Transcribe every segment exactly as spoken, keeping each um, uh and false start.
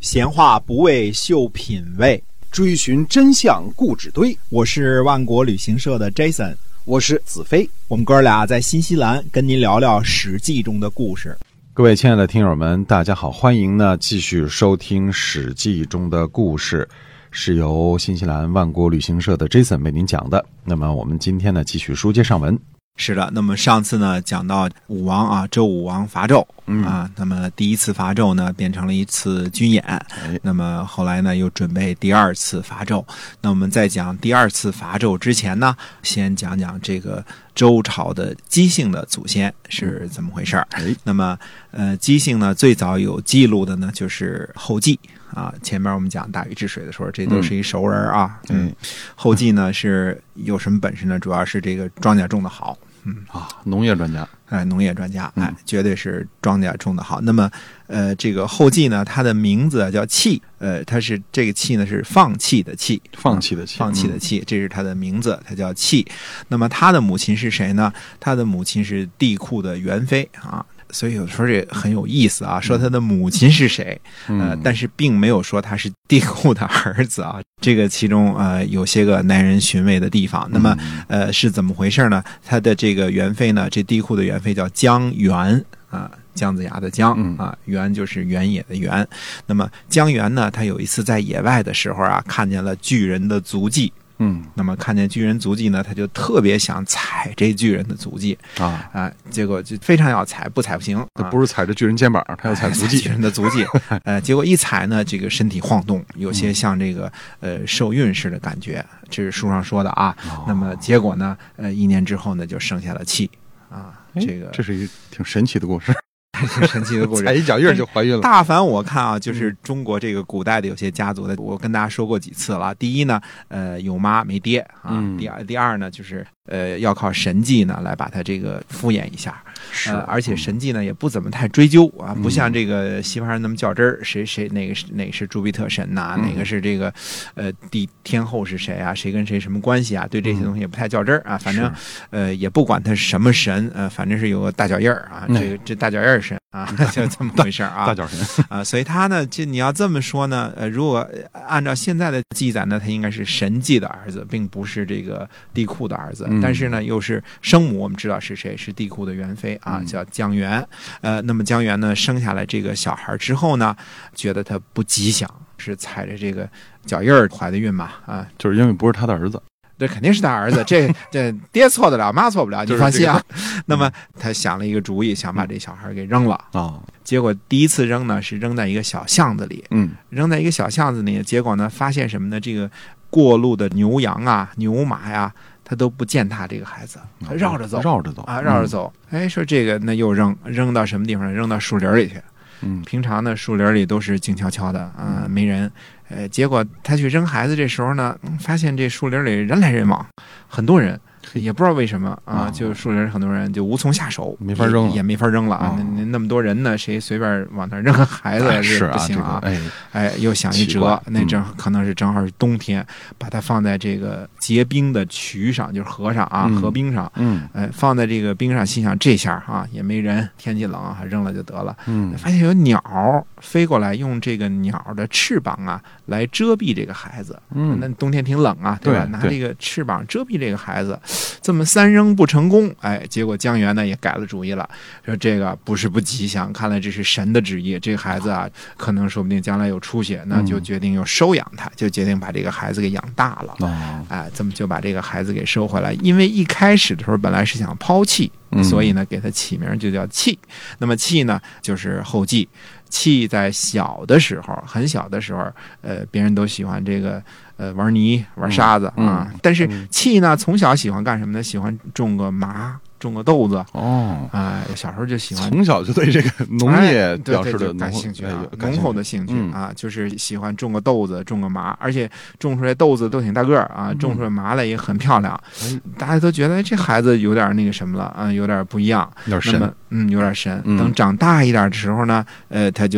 闲话不为秀品味， 追寻真相故纸堆。 我是万国旅行社的 Jason， 我是子飞。 我们哥俩在新西兰跟您聊聊史记中的故事。 各位亲爱的听友们，大家好，欢迎呢继续收听史记中的故事，是由新西兰万国旅行社的 Jason 为您讲的。那么我们今天呢继续书接上文。 是的，那么上次呢讲到武王啊，周武王伐纣、 嗯、 啊，那么第一次伐纣呢变成了一次军演、哎、那么后来呢又准备第二次伐纣。那我们在讲第二次伐纣之前呢，先讲讲这个周朝的姬姓的祖先是怎么回事、 哎、 那么呃，姬姓呢最早有记录的呢就是后稷啊，前面我们讲大禹治水的时候，这都是一熟人啊。嗯，后稷呢是有什么本事呢？主要是这个庄稼种得好。嗯啊，农业专家， 哎，农业专家，哎，绝对是庄稼种得好。那么，呃，这个后稷呢，他的名字叫弃，呃，他是这个弃呢是放弃的弃， 放弃的弃， 放弃的弃，这是他的名字，他叫弃。那么他的母亲是谁呢？他的母亲是帝喾的元妃啊。所以有时候这很有意思啊，说他的母亲是谁，呃，但是并没有说他是帝喾的儿子啊。这个其中呃有些个耐人寻味的地方。那么呃是怎么回事呢？他的这个元妃呢，这帝喾的元妃叫姜原啊，姜子牙的姜啊，原就是原野的原。那么姜原呢，他有一次在野外的时候啊，看见了巨人的足迹。嗯，那么看见巨人足迹呢，他就特别想踩这巨人的足迹啊啊，结果就非常要踩，不踩不行。 他不是踩着巨人肩膀，他要踩足迹， 巨人的足迹。呃，结果一踩呢，这个身体晃动，有些像这个呃受孕似的感觉，这是书上说的啊。哦、那么结果呢，呃，一年之后呢，就生下了气啊。这个这是一挺神奇的故事。 挺神奇的故事， 踩一脚印就怀孕了。 大凡我看啊，就是中国这个古代的有些家族的，我跟大家说过几次了。第一呢，呃，有妈没爹啊。嗯、第二，第二呢，就是呃，要靠神迹呢来把他这个敷衍一下。 是， 呃，而且神迹呢也不怎么太追究啊，不像这个西方人那么较真儿，谁谁哪个是哪个是朱庇特神呐、啊嗯，哪个是这个呃地天后是谁啊，谁跟谁什么关系啊？对这些东西也不太较真儿啊。反正呃也不管他是什么神，呃，反正是有个大脚印儿啊，这个这大脚印儿神。啊，就这么回事啊， 大脚神啊，所以他呢，就你要这么说呢，呃，如果按照现在的记载呢，他应该是神迹的儿子，并不是这个帝喾的儿子，嗯、但是呢，又是生母，我们知道是谁，是帝喾的元妃啊，叫姜原。呃，那么姜原呢，生下来这个小孩之后呢，觉得他不吉祥，是踩着这个脚印儿怀的孕嘛，啊， 就是因为不是他的儿子。 这肯定是他儿子，这这爹错得了，妈错不了，你放心啊。就是这个、那么他想了一个主意，想把这小孩给扔了啊、哦。结果第一次扔呢，是扔在一个小巷子里，嗯，扔在一个小巷子里，结果呢，发现什么呢？这个过路的牛羊啊、牛马呀，他都不践踏这个孩子，他绕着走， 绕着走啊，绕着走。嗯、哎，说这个那又扔，扔到什么地方？扔到树林里去。嗯，平常呢，树林里都是静悄悄的啊、呃，没人。呃，结果他去扔孩子这时候呢，发现这树林里人来人往，很多人，也不知道为什么啊，就树林很多人就无从下手， 没法扔了， 也, 也没法扔了啊。哦、那, 那么多人呢，谁随便往那扔个孩子是不行啊？ 这个、哎, 哎，又想一辙，那正可能是正好是冬天，嗯、把它放在这个结冰的渠上，就是河上啊，嗯、河冰上，嗯，哎，放在这个冰上，心想这下啊也没人，天气冷啊，扔了就得了。嗯，发现有鸟飞过来，用这个鸟的翅膀啊来遮蔽这个孩子。嗯，那冬天挺冷啊，对吧？ 对拿这个翅膀遮蔽这个孩子，这么三扔不成功，哎，结果姜原呢也改了主意了，说这个不是不吉祥，看来这是神的旨意，这个孩子啊，可能说不定将来有出息，那就决定又收养他，就决定把这个孩子给养大了。哦，哎，这么就把这个孩子给收回来，因为一开始的时候本来是想抛弃。所以呢，给他起名就叫弃。那么弃呢，就是后稷。弃在小的时候，很小的时候，呃，别人都喜欢这个呃玩泥、玩沙子、嗯、啊。但是弃呢，从小喜欢干什么呢？喜欢种个麻。种个豆子哦，哎、呃，小时候就喜欢， 从小就对这个农业表示的感兴趣啊， 浓厚的兴趣、嗯、啊，就是喜欢种个豆子，种个麻，而且种出来豆子都挺大个儿啊，种出来麻来也很漂亮，嗯、大家都觉得这孩子有点那个什么了啊、呃，有点不一样， 有点神， 嗯，有点神。等长大一点的时候呢，呃，他就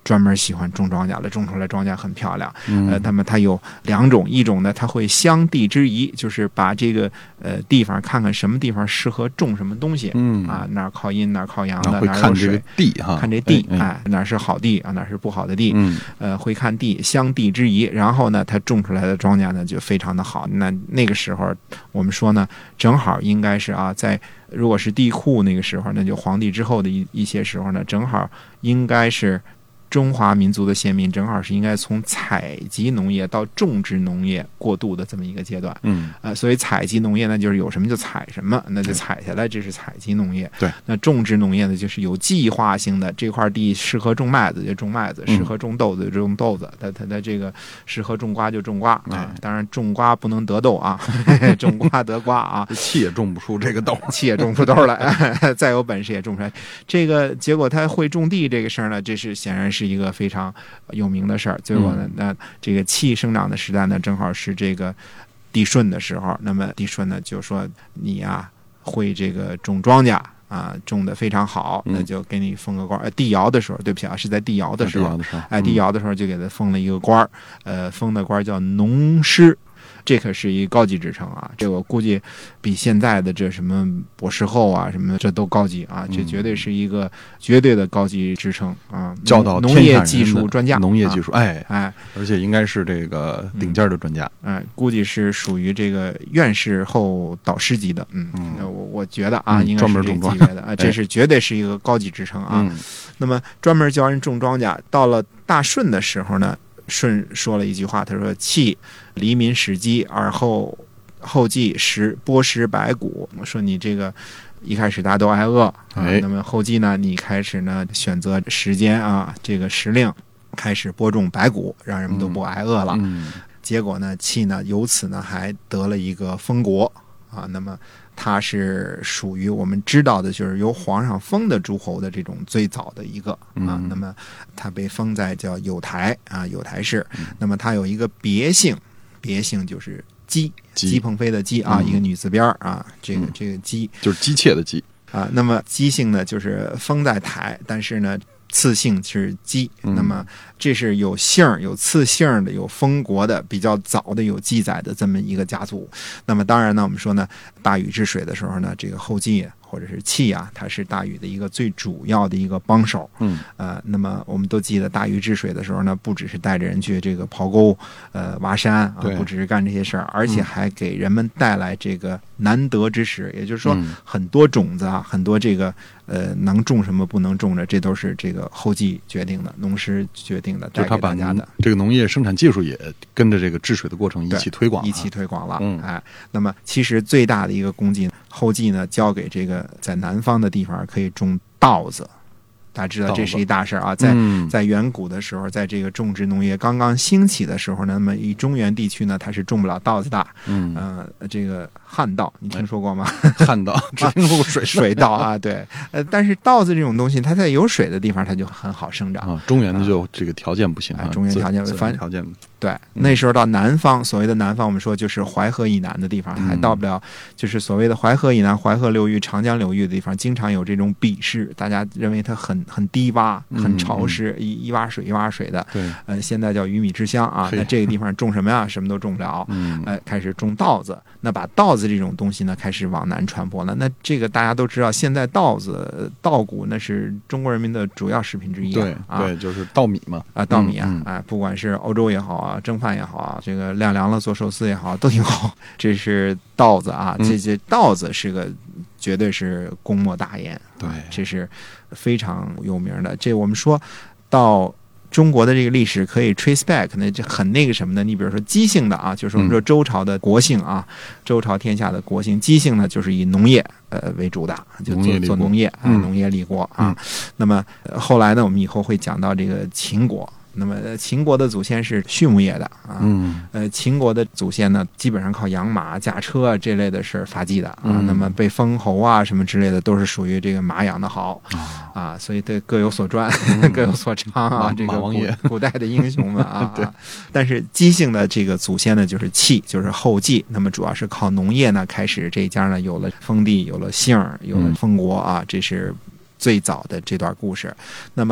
专门喜欢种庄稼的，种出来庄稼很漂亮。 嗯、 呃，那么它有两种，一种呢，它会相地之宜，就是把这个呃地方看看什么地方适合种什么东西。 嗯啊，哪儿靠阴，哪儿靠阳的， 会哪儿有水， 看这个地哈， 看这地， 哎，哎哎，哪儿是好地啊，哪儿是不好的地。 嗯， 呃，会看地，相地之宜。然后呢，它种出来的庄稼呢就非常的好。那那个时候，我们说呢，正好应该是啊，在如果是地库那个时候，那就皇帝之后的一一些时候呢，正好应该是中华民族的先民，正好是应该从采集农业到种植农业过渡的这么一个阶段。 嗯， 呃，所以采集农业呢，就是有什么就采什么，那就采下来，这是采集农业。 对， 那种植农业呢，就是有计划性的，这块地适合种麦子就种麦子，适合种豆子就种豆子，它它的这个适合种瓜就种瓜啊。当然种瓜不能得豆啊，种瓜得瓜啊， 气也种不出这个豆， 气也种不出豆来，再有本事也种不出来。这个结果他会种地这个事儿呢，这是显然是一个非常有名的事儿。结果呢，那这个气生长的时代呢，正好是这个帝舜的时候。那么帝舜呢就说你啊会这个种庄稼啊，种得非常好，那就给你封个官。呃，帝尧的时候，对不起啊，是在帝尧的时候，哎，帝尧的时候就给他封了一个官，呃，封的官叫农师。这可是一高级职称啊！这我估计比现在的这什么博士后啊什么这都高级啊！这绝对是一个绝对的高级职称啊！ 教导农业技术专家， 农业技术，哎哎， 而且应该是这个顶尖的专家， 哎，估计是属于这个院士后导师级的，嗯，我我觉得啊，应该是这个级别的啊，这是绝对是一个高级职称啊。那么专门教人种庄稼，到了大舜的时候呢？舜说了一句话，他说：“弃黎民始饥，而后后继食剥食百谷。”说你这个一开始大家都挨饿啊， 哎、 那么后继呢，你开始呢选择时间啊，这个时令开始播种百谷，让人们都不挨饿了。 嗯嗯、 结果呢，弃呢由此呢还得了一个封国啊，那么。它是属于我们知道的，就是由皇上封的诸侯的这种最早的一个啊。那么它被封在叫有台啊，有台市。那么它有一个别姓，别姓就是姬，姬鹏飞的姬啊，一个女字边啊，这个这个姬就是姬妾的姬啊。那么姬姓呢，就是封在台，但是呢。次姓是姬，那么这是有姓有次姓的，有封国的，比较早的有记载的这么一个家族。那么当然呢，我们说呢，大禹治水的时候呢，这个后继或者是契啊，他是大禹的一个最主要的一个帮手。 嗯， 呃，那么我们都记得大禹治水的时候呢，不只是带着人去这个刨沟、呃挖山啊，不只是干这些事儿，而且还给人们带来这个难得之食，也就是说，很多种子啊，很多这个呃能种什么不能种的，这都是这个后继决定的，农师决定的，带给大家的。 这个农业生产技术也跟着这个治水的过程一起推广， 一起推广了。 嗯， 哎，那么其实最大的一个功绩，后继呢交给这个在南方的地方可以种稻子。大家知道这是一大事啊，在在远古的时候，在这个种植农业刚刚兴起的时候呢，那么以中原地区呢，它是种不了稻子的。嗯，呃，这个旱稻你听说过吗？ 旱稻只听说过水水稻啊，对，呃，但是稻子这种东西，它在有水的地方，它就很好生长啊。中原的就这个条件不行啊， 中原条件反条件对。那时候到南方，所谓的南方，我们说就是淮河以南的地方，还到不了，就是所谓的淮河以南、淮河流域、长江流域的地方，经常有这种鄙视，大家认为它很很低洼、很潮湿，一一洼水一洼水的。 对， 呃，现在叫鱼米之乡啊。那这个地方种什么呀？什么都种不了。嗯，呃，开始种稻子。那把稻子这种东西呢，开始往南传播了。那这个大家都知道，现在稻子、稻谷那是中国人民的主要食品之一。 对， 啊， 对，就是稻米嘛。 啊，稻米啊，哎，不管是欧洲也好啊，蒸饭也好啊，这个晾凉了做寿司也好，都挺好。这是稻子啊，这些稻子是个绝对是功莫大焉。 对， 这是非常有名的。这我们说到中国的这个历史可以 trace back 呢，这很那个什么的。你比如说姬姓的啊，就是我们说周朝的国姓啊，嗯、周朝天下的国姓。姬姓呢，就是以农业呃为主的，就做做农业啊， 嗯、 农业立国啊。嗯、那么、呃、后来呢，我们以后会讲到这个秦国。那么秦国的祖先是畜牧业的啊，嗯，呃，秦国的祖先呢，基本上靠养马、驾车啊这类的事发迹的啊。嗯、那么被封侯啊什么之类的，都是属于这个马养的好、哦、啊，所以对各有所传，嗯、各有所长啊。这个古古代的英雄们啊， 对。 但是姬姓的这个祖先呢，就是契，就是后继。那么主要是靠农业呢，开始这一家呢有了封地，有了姓，有了封国啊，这是最早的这段故事。那么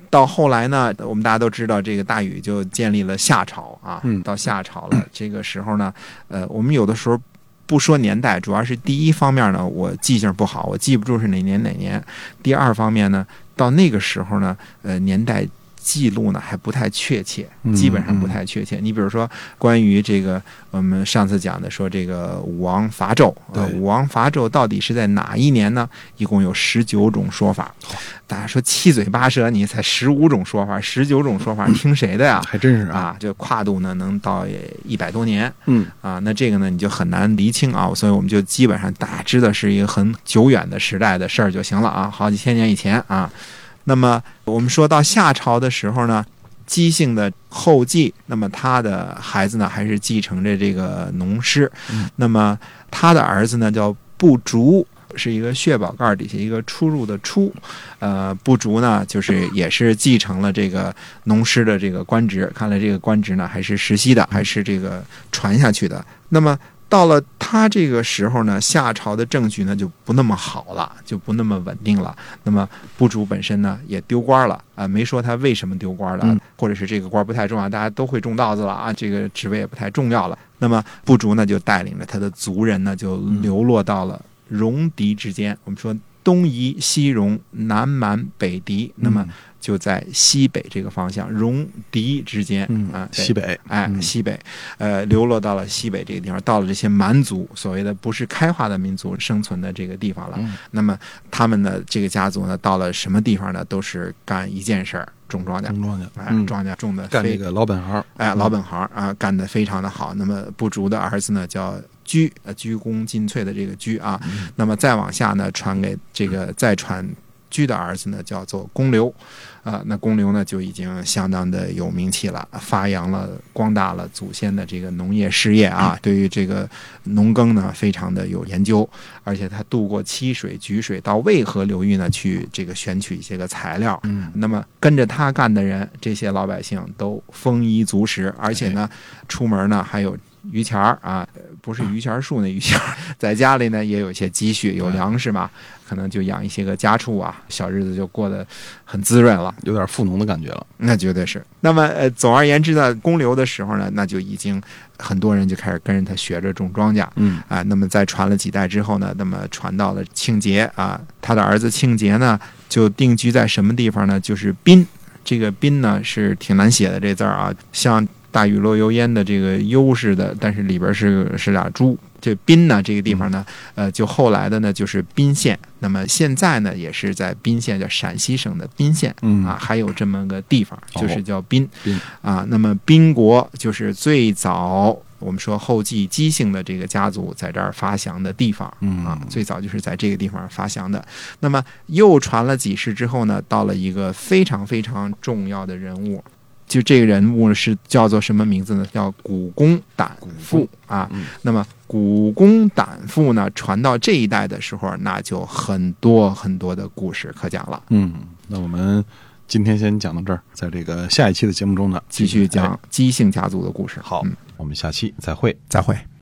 到后来呢，我们大家都知道，这个大禹就建立了夏朝啊， 嗯到夏朝了。这个时候呢，呃，我们有的时候不说年代，主要是第一方面呢，我记性不好，我记不住是哪年哪年；第二方面呢，到那个时候呢，呃，年代记录呢还不太确切，基本上不太确切。嗯嗯、你比如说，关于这个我们上次讲的，说这个武王伐纣，呃，武王伐纣到底是在哪一年呢？一共有十九种说法。大家说七嘴八舌，你才十五种说法，十九种说法，听谁的呀？ 还真是啊，这跨度呢能到一百多年。 嗯啊，那这个呢你就很难厘清啊，所以我们就基本上大家知道是一个很久远的时代的事儿就行了啊，好几千年以前啊。那么我们说到夏朝的时候呢，姬姓的后继，那么他的孩子呢还是继承着这个农师， 嗯、 那么他的儿子呢叫不竹，是一个血宝盖底下一个出入的出，呃，不竹呢就是也是继承了这个农师的这个官职，看来这个官职呢还是世袭的，还是这个传下去的。那么到了他这个时候呢，夏朝的政局呢就不那么好了，就不那么稳定了。那么不竹本身呢也丢官了啊、呃，没说他为什么丢官了， 嗯、 或者是这个官不太重要，大家都会种稻子了啊，这个职位也不太重要了。那么不竹呢就带领着他的族人呢就流落到了戎狄之间。嗯、我们说东夷、西戎、南蛮、北狄，那么就在西北这个方向，戎狄之间、 嗯、 啊， 西北， 哎， 嗯、 西北，呃，流落到了西北这个地方，到了这些蛮族，所谓的不是开化的民族生存的这个地方了。 嗯、 那么他们的这个家族呢，到了什么地方呢？都是干一件事儿，种庄稼， 种庄稼， 哎， 嗯、 庄稼种的干这个老本行， 哎，老本行啊，干得非常的好。那么不竹的儿子呢，叫居，呃，鞠躬尽瘁的这个居啊。 嗯、 那么再往下呢，传给这个再传居的儿子呢，叫做公刘，啊、呃，那公刘呢就已经相当的有名气了，发扬了光大了祖先的这个农业事业啊，嗯、对于这个农耕呢非常的有研究，而且他渡过七水、沮水到渭河流域呢去这个选取一些个材料， 嗯， 那么跟着他干的人，这些老百姓都丰衣足食，而且呢，出门呢还有榆钱儿啊，不是榆钱树那榆钱，在家里呢也有一些积蓄，有粮食嘛，可能就养一些个家畜啊，小日子就过得很滋润了， 有点富农的感觉了。 那绝对是。那么呃，总而言之呢，公刘的时候呢，那就已经很多人就开始跟着他学着种庄稼， 嗯啊，那么在传了几代之后呢，那么传到了庆节啊，他的儿子庆节呢就定居在什么地方呢？就是宾。这个宾呢是挺难写的这字儿啊，像大禹落油烟的这个忧似的，但是里边是是俩猪。这宾呢这个地方呢，呃，就后来的呢就是宾县。那么现在呢也是在宾县，叫陕西省的宾县， 嗯啊，还有这么个地方，就是叫宾， 宾啊。那么宾国就是最早我们说后继姬姓的这个家族在这儿发祥的地方， 嗯啊，最早就是在这个地方发祥的。那么又传了几世之后呢，到了一个非常非常重要的人物。就这个人物是叫做什么名字呢？叫古公胆父啊。 嗯、 那么古公胆父呢，传到这一代的时候，那就很多很多的故事可讲了。 嗯，那我们今天先讲到这儿，在这个下一期的节目中呢， 继续讲姬姓家族的故事。 好， 嗯、 我们下期再会， 再会。